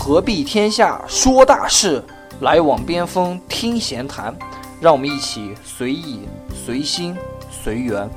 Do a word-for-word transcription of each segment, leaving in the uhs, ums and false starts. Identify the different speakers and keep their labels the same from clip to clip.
Speaker 1: 何必天下说大事，来往边锋听闲谈。让我们一起随意随心随缘。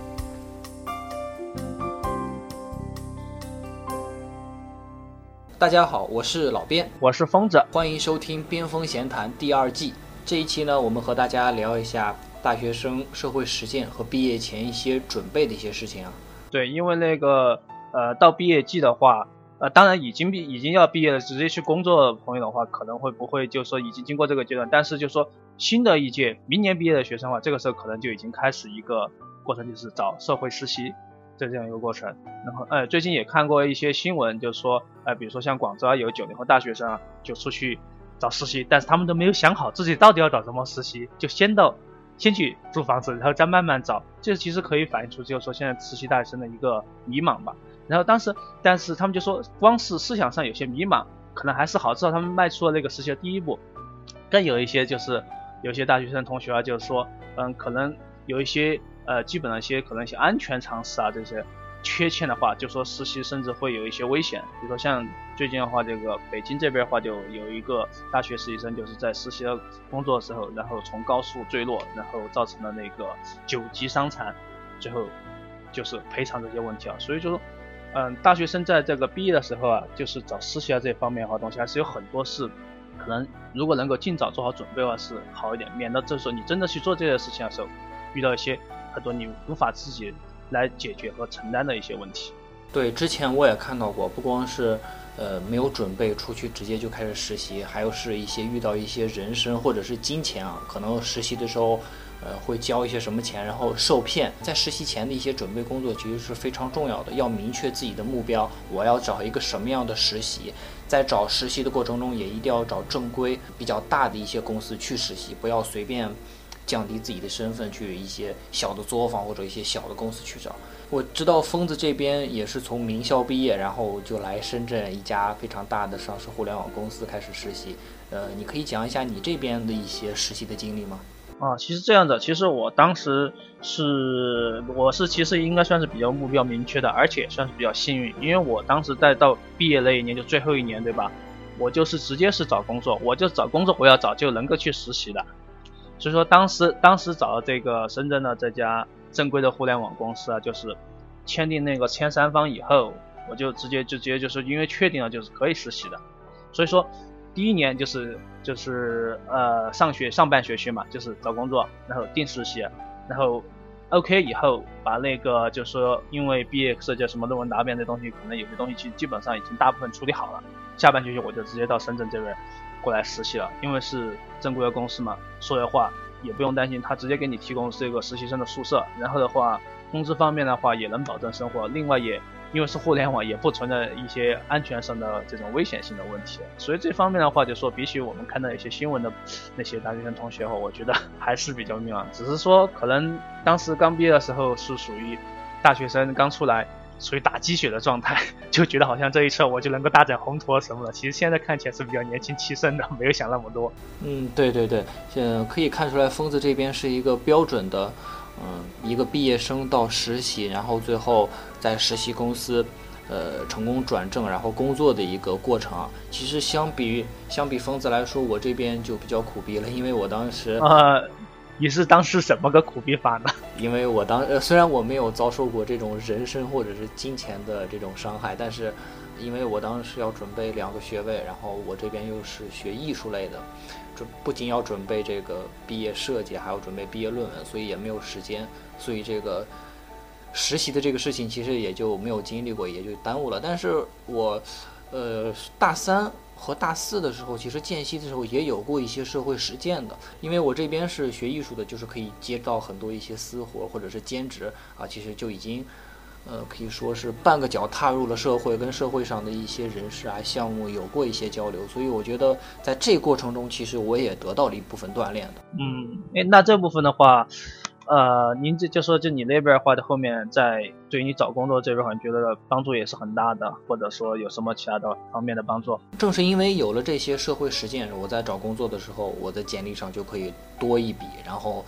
Speaker 1: 大家好，我是老边，
Speaker 2: 我是疯子，
Speaker 1: 欢迎收听边锋闲谈第二季。这一期呢，我们和大家聊一下大学生社会实践和毕业前一些准备的一些事情啊。
Speaker 2: 对，因为那个呃，到毕业季的话，呃，当然已经毕已经要毕业了，直接去工作的朋友的话，可能会不会就说已经经过这个阶段，但是就说新的一届明年毕业的学生的话，这个时候可能就已经开始一个过程，就是找社会实习这样一个过程。然后呃，最近也看过一些新闻，就是说呃，比如说像广州啊，有九零后大学生啊，就出去找实习，但是他们都没有想好自己到底要找什么实习，就先到先去租房子，然后再慢慢找。这其实可以反映出就是说现在实习大学生的一个迷茫吧。然后当时但是他们就说光是思想上有些迷茫，可能还是好，至少他们迈出了那个实习的第一步。更有一些就是有些大学生同学啊，就是说嗯，可能有一些呃基本的一些可能一些安全常识啊这些缺欠的话，就说实习甚至会有一些危险。比如说像最近的话，这个北京这边的话，就有一个大学实习生就是在实习的工作的时候，然后从高处坠落，然后造成了那个九级伤残，最后就是赔偿这些问题啊。所以就说嗯，大学生在这个毕业的时候啊，就是找实习啊这方面的话东西还是有很多事，可能如果能够尽早做好准备的话是好一点，免得这时候你真的去做这些事情的时候，遇到一些很多你无法自己来解决和承担的一些问题。
Speaker 1: 对，之前我也看到过，不光是呃没有准备出去直接就开始实习，还有是一些遇到一些人身或者是金钱啊，可能实习的时候呃会交一些什么钱，然后受骗。在实习前的一些准备工作其实是非常重要的，要明确自己的目标，我要找一个什么样的实习。在找实习的过程中，也一定要找正规比较大的一些公司去实习，不要随便降低自己的身份去一些小的作坊或者一些小的公司去找。我知道疯子这边也是从名校毕业，然后就来深圳一家非常大的上市互联网公司开始实习。呃，你可以讲一下你这边的一些实习的经历吗？
Speaker 2: 啊，其实这样的，其实我当时是我是其实应该算是比较目标明确的，而且算是比较幸运，因为我当时在到毕业那一年就最后一年，对吧？我就是直接是找工作，我就找工作，我要找就能够去实习的。所以说当时当时找了这个深圳的这家正规的互联网公司啊，就是签订那个签三方以后，我就直接就直接就是因为确定了就是可以实习的。所以说第一年就是就是呃上学上半学期嘛，就是找工作，然后定实习，然后 OK 以后把那个就是说因为毕业设计什么论文答辩这东西，可能有些东西其实基本上已经大部分处理好了，下半学期我就直接到深圳这边过来实习了。因为是正规的公司嘛，说的话也不用担心，他直接给你提供这个实习生的宿舍，然后的话工资方面的话也能保证生活，另外也因为是互联网，也不存在一些安全上的这种危险性的问题。所以这方面的话就说比起我们看到一些新闻的那些大学生同学后，我觉得还是比较迷茫。只是说可能当时刚毕业的时候是属于大学生刚出来，属于打鸡血的状态，就觉得好像这一车我就能够大展宏图什么的。其实现在看起来是比较年轻气盛的，没有想那么多。
Speaker 1: 嗯，对对对，呃，可以看出来疯子这边是一个标准的嗯，一个毕业生到实习，然后最后在实习公司呃成功转正然后工作的一个过程啊。其实相比于相比疯子来说，我这边就比较苦逼了，因为我当时
Speaker 2: 呃你是当时什么个苦逼法呢？
Speaker 1: 因为我当呃虽然我没有遭受过这种人身或者是金钱的这种伤害，但是因为我当时要准备两个学位，然后我这边又是学艺术类的，不仅要准备这个毕业设计，还要准备毕业论文，所以也没有时间，所以这个实习的这个事情其实也就没有经历过，也就耽误了。但是我呃大三和大四的时候，其实间隙的时候也有过一些社会实践的，因为我这边是学艺术的，就是可以接到很多一些私活或者是兼职啊，其实就已经呃，可以说是半个脚踏入了社会，跟社会上的一些人士啊、项目有过一些交流，所以我觉得在这过程中，其实我也得到了一部分锻炼的。
Speaker 2: 嗯，哎，那这部分的话，呃，您这就说就你那边的话的后面，在对于你找工作这边，好像觉得帮助也是很大的，或者说有什么其他的方面的帮助？
Speaker 1: 正是因为有了这些社会实践，我在找工作的时候，我的简历上就可以多一笔，然后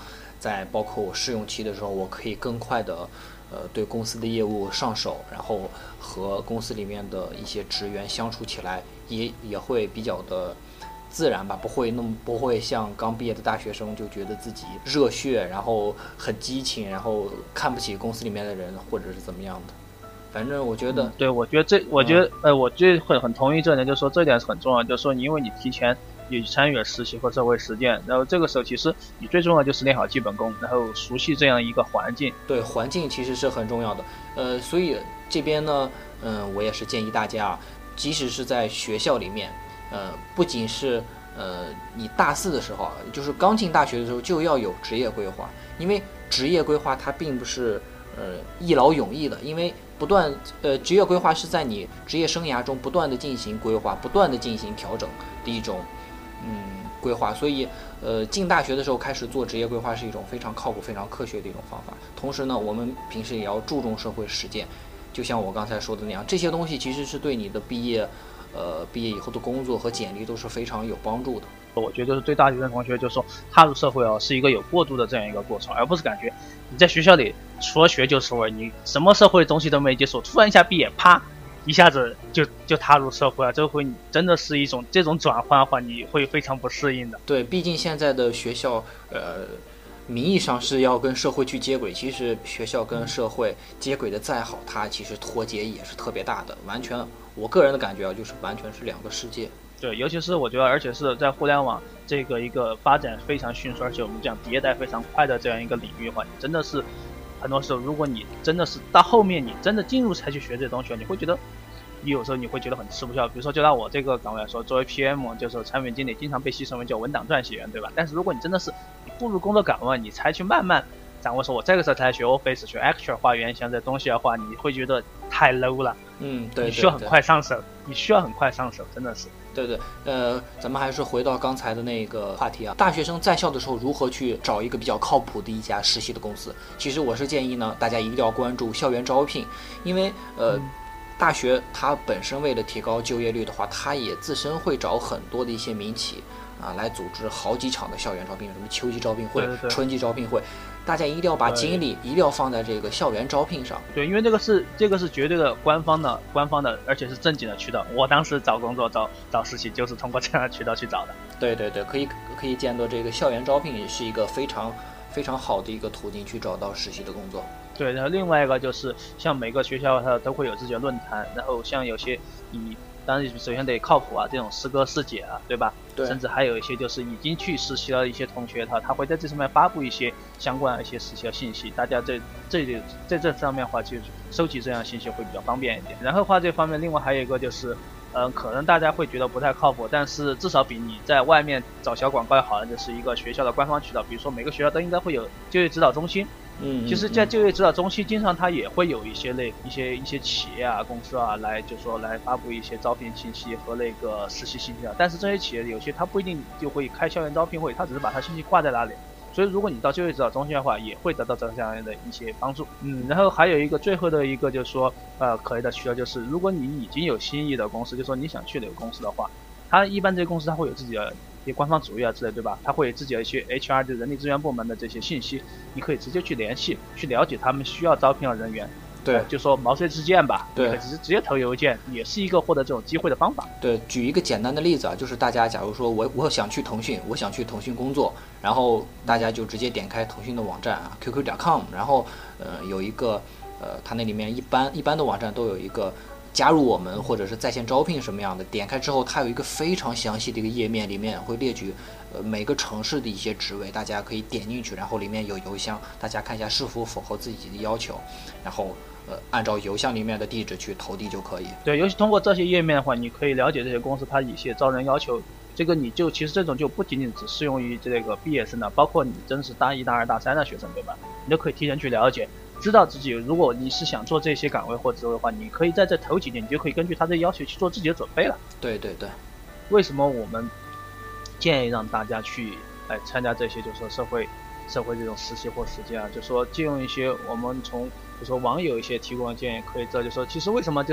Speaker 1: 在包括我试用期的时候，我可以更快的呃对公司的业务上手，然后和公司里面的一些职员相处起来也也会比较的自然吧，不会那么不会像刚毕业的大学生就觉得自己热血，然后很激情，然后看不起公司里面的人或者是怎么样的。反正我觉得，
Speaker 2: 嗯、对，我觉得这，我觉得，嗯、呃，我就很很同意这点，就是说这点是很重要，就是说，因为你提前也参与了实习或社会实践，然后这个时候其实你最重要就是练好基本功，然后熟悉这样一个环境。
Speaker 1: 对，环境其实是很重要的。呃，所以这边呢，嗯、呃，我也是建议大家啊，即使是在学校里面，呃，不仅是呃你大四的时候啊，就是刚进大学的时候就要有职业规划，因为职业规划它并不是呃一劳永逸的，因为不断呃职业规划是在你职业生涯中不断的进行规划，不断的进行调整的一种嗯规划，所以呃进大学的时候开始做职业规划是一种非常靠谱、非常科学的一种方法。同时呢，我们平时也要注重社会实践，就像我刚才说的那样，这些东西其实是对你的毕业呃毕业以后的工作和简历都是非常有帮助的。
Speaker 2: 我觉得就是对大学生同学，就是说踏入社会哦，是一个有过渡的这样一个过程，而不是感觉你在学校里除了学就是味，你什么社会东西都没接触，突然一下毕业，啪，一下子就就踏入社会了，这会真的是一种这种转换的话，你会非常不适应的。
Speaker 1: 对，毕竟现在的学校，呃，名义上是要跟社会去接轨，其实学校跟社会接轨的再好，它其实脱节也是特别大的，完全，我个人的感觉啊，就是完全是两个世界。
Speaker 2: 对，尤其是我觉得，而且是在互联网这个一个发展非常迅速，而且我们讲迭代非常快的这样一个领域的话，你真的是很多时候，如果你真的是到后面你真的进入才去学这东西，你会觉得你有时候你会觉得很吃不消。比如说，就拿我这个岗位来说，作为 P M 就是产品经理，经常被戏称为叫文档撰写员，对吧？但是如果你真的是你步入工作岗位，你才去慢慢掌握，说我这个时候才学 Office 学 Excel 画原型这东西的话，你会觉得太 low 了。
Speaker 1: 嗯，对，对，对，
Speaker 2: 你需要很快上手，你需要很快上手，真的是。
Speaker 1: 对对，呃，咱们还是回到刚才的那个话题啊，大学生在校的时候如何去找一个比较靠谱的一家实习的公司？其实我是建议呢，大家一定要关注校园招聘，因为呃。嗯大学它本身为了提高就业率的话，它也自身会找很多的一些民企啊来组织好几场的校园招聘，什么秋季招聘会、
Speaker 2: 对对对
Speaker 1: 春季招聘会，大家一定要把精力一定要放在这个校园招聘上。
Speaker 2: 对，因为这个是这个是绝对的官方的、官方的，而且是正经的渠道。我当时找工作、找找实习就是通过这样的渠道去找的。
Speaker 1: 对对对，可以可以见到这个校园招聘也是一个非常非常好的一个途径去找到实习的工作。
Speaker 2: 对，然后另外一个就是像每个学校它都会有自己的论坛，然后像有些你当然首先得靠谱啊，这种师哥师姐啊，对吧？
Speaker 1: 对。
Speaker 2: 甚至还有一些就是已经去实习了一些同学，他他会在这上面发布一些相关的一些实习的信息，大家在这里在这上面的话，就收集这样的信息会比较方便一点。然后的话这方面，另外还有一个就是，嗯、呃，可能大家会觉得不太靠谱，但是至少比你在外面找小广告要好的，就是一个学校的官方渠道，比如说每个学校都应该会有就业指导中心。
Speaker 1: 嗯，
Speaker 2: 其实，在就业指导中心，经常它也会有一些类一些一些企业啊、公司啊，来就说来发布一些招聘信息和那个实习信息啊。但是这些企业有些它不一定就会开校园招聘会，它只是把它信息挂在那里。所以，如果你到就业指导中心的话，也会得到这样的一些帮助。嗯，然后还有一个最后的一个就是说，呃，可以的渠道就是，如果你已经有心仪的公司，就说你想去哪个公司的话，它一般这些公司它会有自己的一些官方主页啊之类，对吧？它会有自己的一些 H R 的人力资源部门的这些信息，你可以直接去联系，去了解他们需要招聘的人员。
Speaker 1: 对，
Speaker 2: 呃、就说毛遂自荐吧。
Speaker 1: 对，
Speaker 2: 你可以直接直接投邮件，也是一个获得这种机会的方法。
Speaker 1: 对，举一个简单的例子啊，就是大家假如说我我想去腾讯，我想去腾讯工作，然后大家就直接点开腾讯的网站啊 ，Q Q 点 com， 然后呃有一个呃它那里面一般一般的网站都有一个加入我们或者是在线招聘什么样的，点开之后它有一个非常详细的一个页面，里面会列举呃每个城市的一些职位，大家可以点进去，然后里面有邮箱，大家看一下是否符合自己的要求，然后呃按照邮箱里面的地址去投递就可以。
Speaker 2: 对，尤其通过这些页面的话，你可以了解这些公司它一些招人要求。这个你就其实这种就不仅仅只适用于这个毕业生的，包括你真是大一、大二、大三的学生，对吧？你都可以提前去了解。知道自己，如果你是想做这些岗位或职位的话，你可以在这头几年，你就可以根据他的要求去做自己的准备了。
Speaker 1: 对对对。
Speaker 2: 为什么我们建议让大家去来参加这些，就是说社会社会这种实习或实践啊？就说借用一些我们从就说网友一些提供的建议，可以这就说，其实为什么就是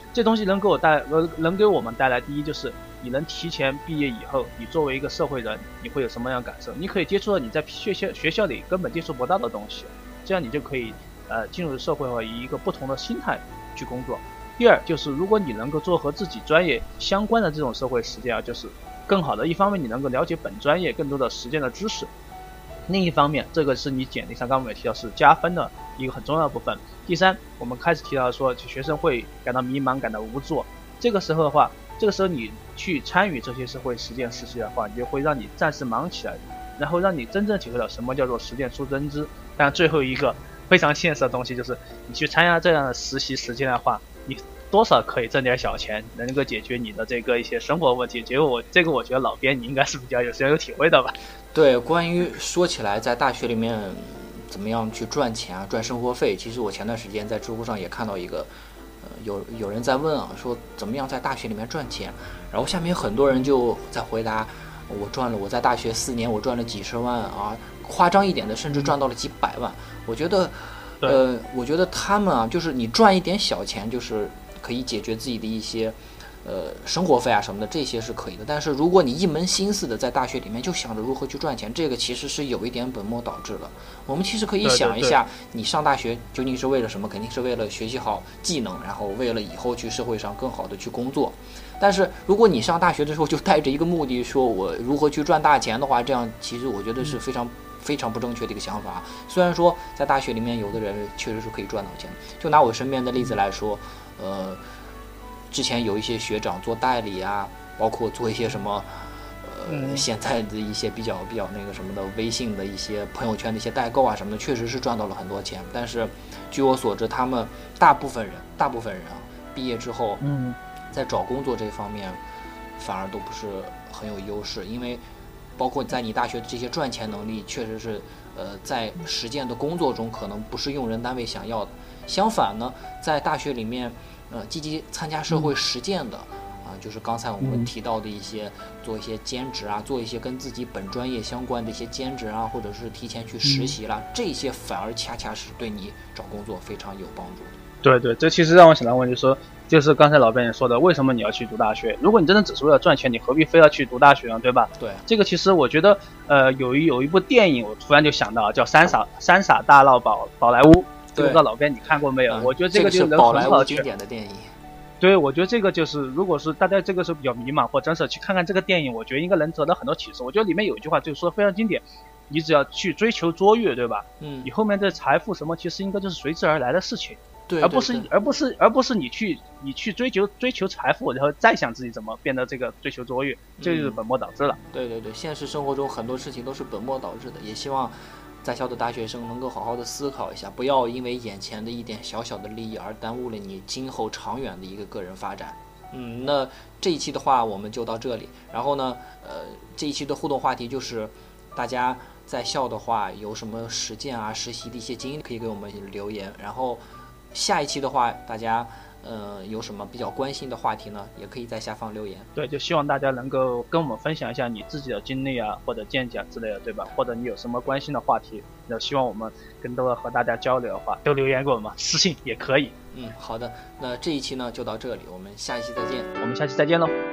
Speaker 2: 这东西能给我带呃能给我们带来，第一就是你能提前毕业以后，你作为一个社会人，你会有什么样的感受？你可以接触到你在学校学校里根本接触不到的东西，这样你就可以呃进入社会的话，以一个不同的心态去工作。第二就是如果你能够做和自己专业相关的这种社会实践啊，就是更好的，一方面你能够了解本专业更多的实践的知识，另一方面这个是你简历上刚刚我们也提到是加分的一个很重要的部分。第三，我们开始提到说学生会感到迷茫感到无助，这个时候的话，这个时候你去参与这些社会实践实习的话，你就会让你暂时忙起来，然后让你真正体会到什么叫做实践出真知。但最后一个非常现实的东西就是你去参加这样的实习实践的话，你多少可以挣点小钱，能够解决你的这个一些生活问题。结果我这个我觉得老编你应该是比较有深有体会的吧。
Speaker 1: 对，关于说起来在大学里面怎么样去赚钱啊，赚生活费，其实我前段时间在知乎上也看到一个呃有有人在问啊，说怎么样在大学里面赚钱，然后下面很多人就在回答，我赚了我在大学四年我赚了几十万啊，夸张一点的甚至赚到了几百万。我觉得呃我觉得他们啊，就是你赚一点小钱就是可以解决自己的一些呃生活费啊什么的，这些是可以的。但是如果你一门心思的在大学里面就想着如何去赚钱，这个其实是有一点本末倒置了。我们其实可以想一下，你上大学究竟是为了什么？肯定是为了学习好技能，然后为了以后去社会上更好的去工作。但是如果你上大学的时候就带着一个目的说我如何去赚大钱的话，这样其实我觉得是非常非常不正确的一个想法。虽然说在大学里面有的人确实是可以赚到钱，就拿我身边的例子来说，呃之前有一些学长做代理啊，包括做一些什么呃现在的一些比较比较那个什么的微信的一些朋友圈的一些代购啊什么的，确实是赚到了很多钱。但是据我所知，他们大部分人大部分人啊毕业之后
Speaker 2: 嗯
Speaker 1: 在找工作这方面反而都不是很有优势，因为包括在你大学的这些赚钱能力确实是呃在实践的工作中可能不是用人单位想要的。相反呢，在大学里面呃积极参加社会实践的啊、呃，就是刚才我们提到的一些做一些兼职啊，做一些跟自己本专业相关的一些兼职啊，或者是提前去实习啦，这些反而恰恰是对你找工作非常有帮助的。
Speaker 2: 对对，这其实让我想到问题说，就是刚才老编也说的，为什么你要去读大学？如果你真的只是为了赚钱，你何必非要去读大学呢？对吧？
Speaker 1: 对，
Speaker 2: 这个其实我觉得，呃，有一有一部电影，我突然就想到，叫《三傻三傻大闹宝宝莱坞》，不知道老编你看过没有？
Speaker 1: 嗯、
Speaker 2: 我觉得这个就能
Speaker 1: 宝莱坞
Speaker 2: 很好
Speaker 1: 经典的电影。
Speaker 2: 对，我觉得这个就是，如果是大家这个时候比较迷茫或真是去看看这个电影，我觉得应该能得到很多启示。我觉得里面有一句话就是说非常经典，你只要去追求卓越，对吧？
Speaker 1: 嗯，
Speaker 2: 你后面的财富什么，其实应该就是随之而来的事情。
Speaker 1: 对，
Speaker 2: 而不是而不是而不是你去你去追求追求财富，然后再想自己怎么变得这个追求卓越，这就是本末倒置了。
Speaker 1: 嗯、对对对，现实生活中很多事情都是本末倒置的，也希望在校的大学生能够好好的思考一下，不要因为眼前的一点小小的利益而耽误了你今后长远的一个个人发展。嗯，那这一期的话我们就到这里。然后呢，呃，这一期的互动话题就是大家在校的话有什么实践啊、实习的一些经历，可以给我们留言。然后下一期的话，大家呃有什么比较关心的话题呢，也可以在下方留言。
Speaker 2: 对，就希望大家能够跟我们分享一下你自己的经历啊，或者见解之类的，对吧？或者你有什么关心的话题，那希望我们更多的和大家交流的话，都留言给我们，私信也可以。
Speaker 1: 嗯，好的，那这一期呢就到这里，我们下一期再见。
Speaker 2: 我们下期再见喽。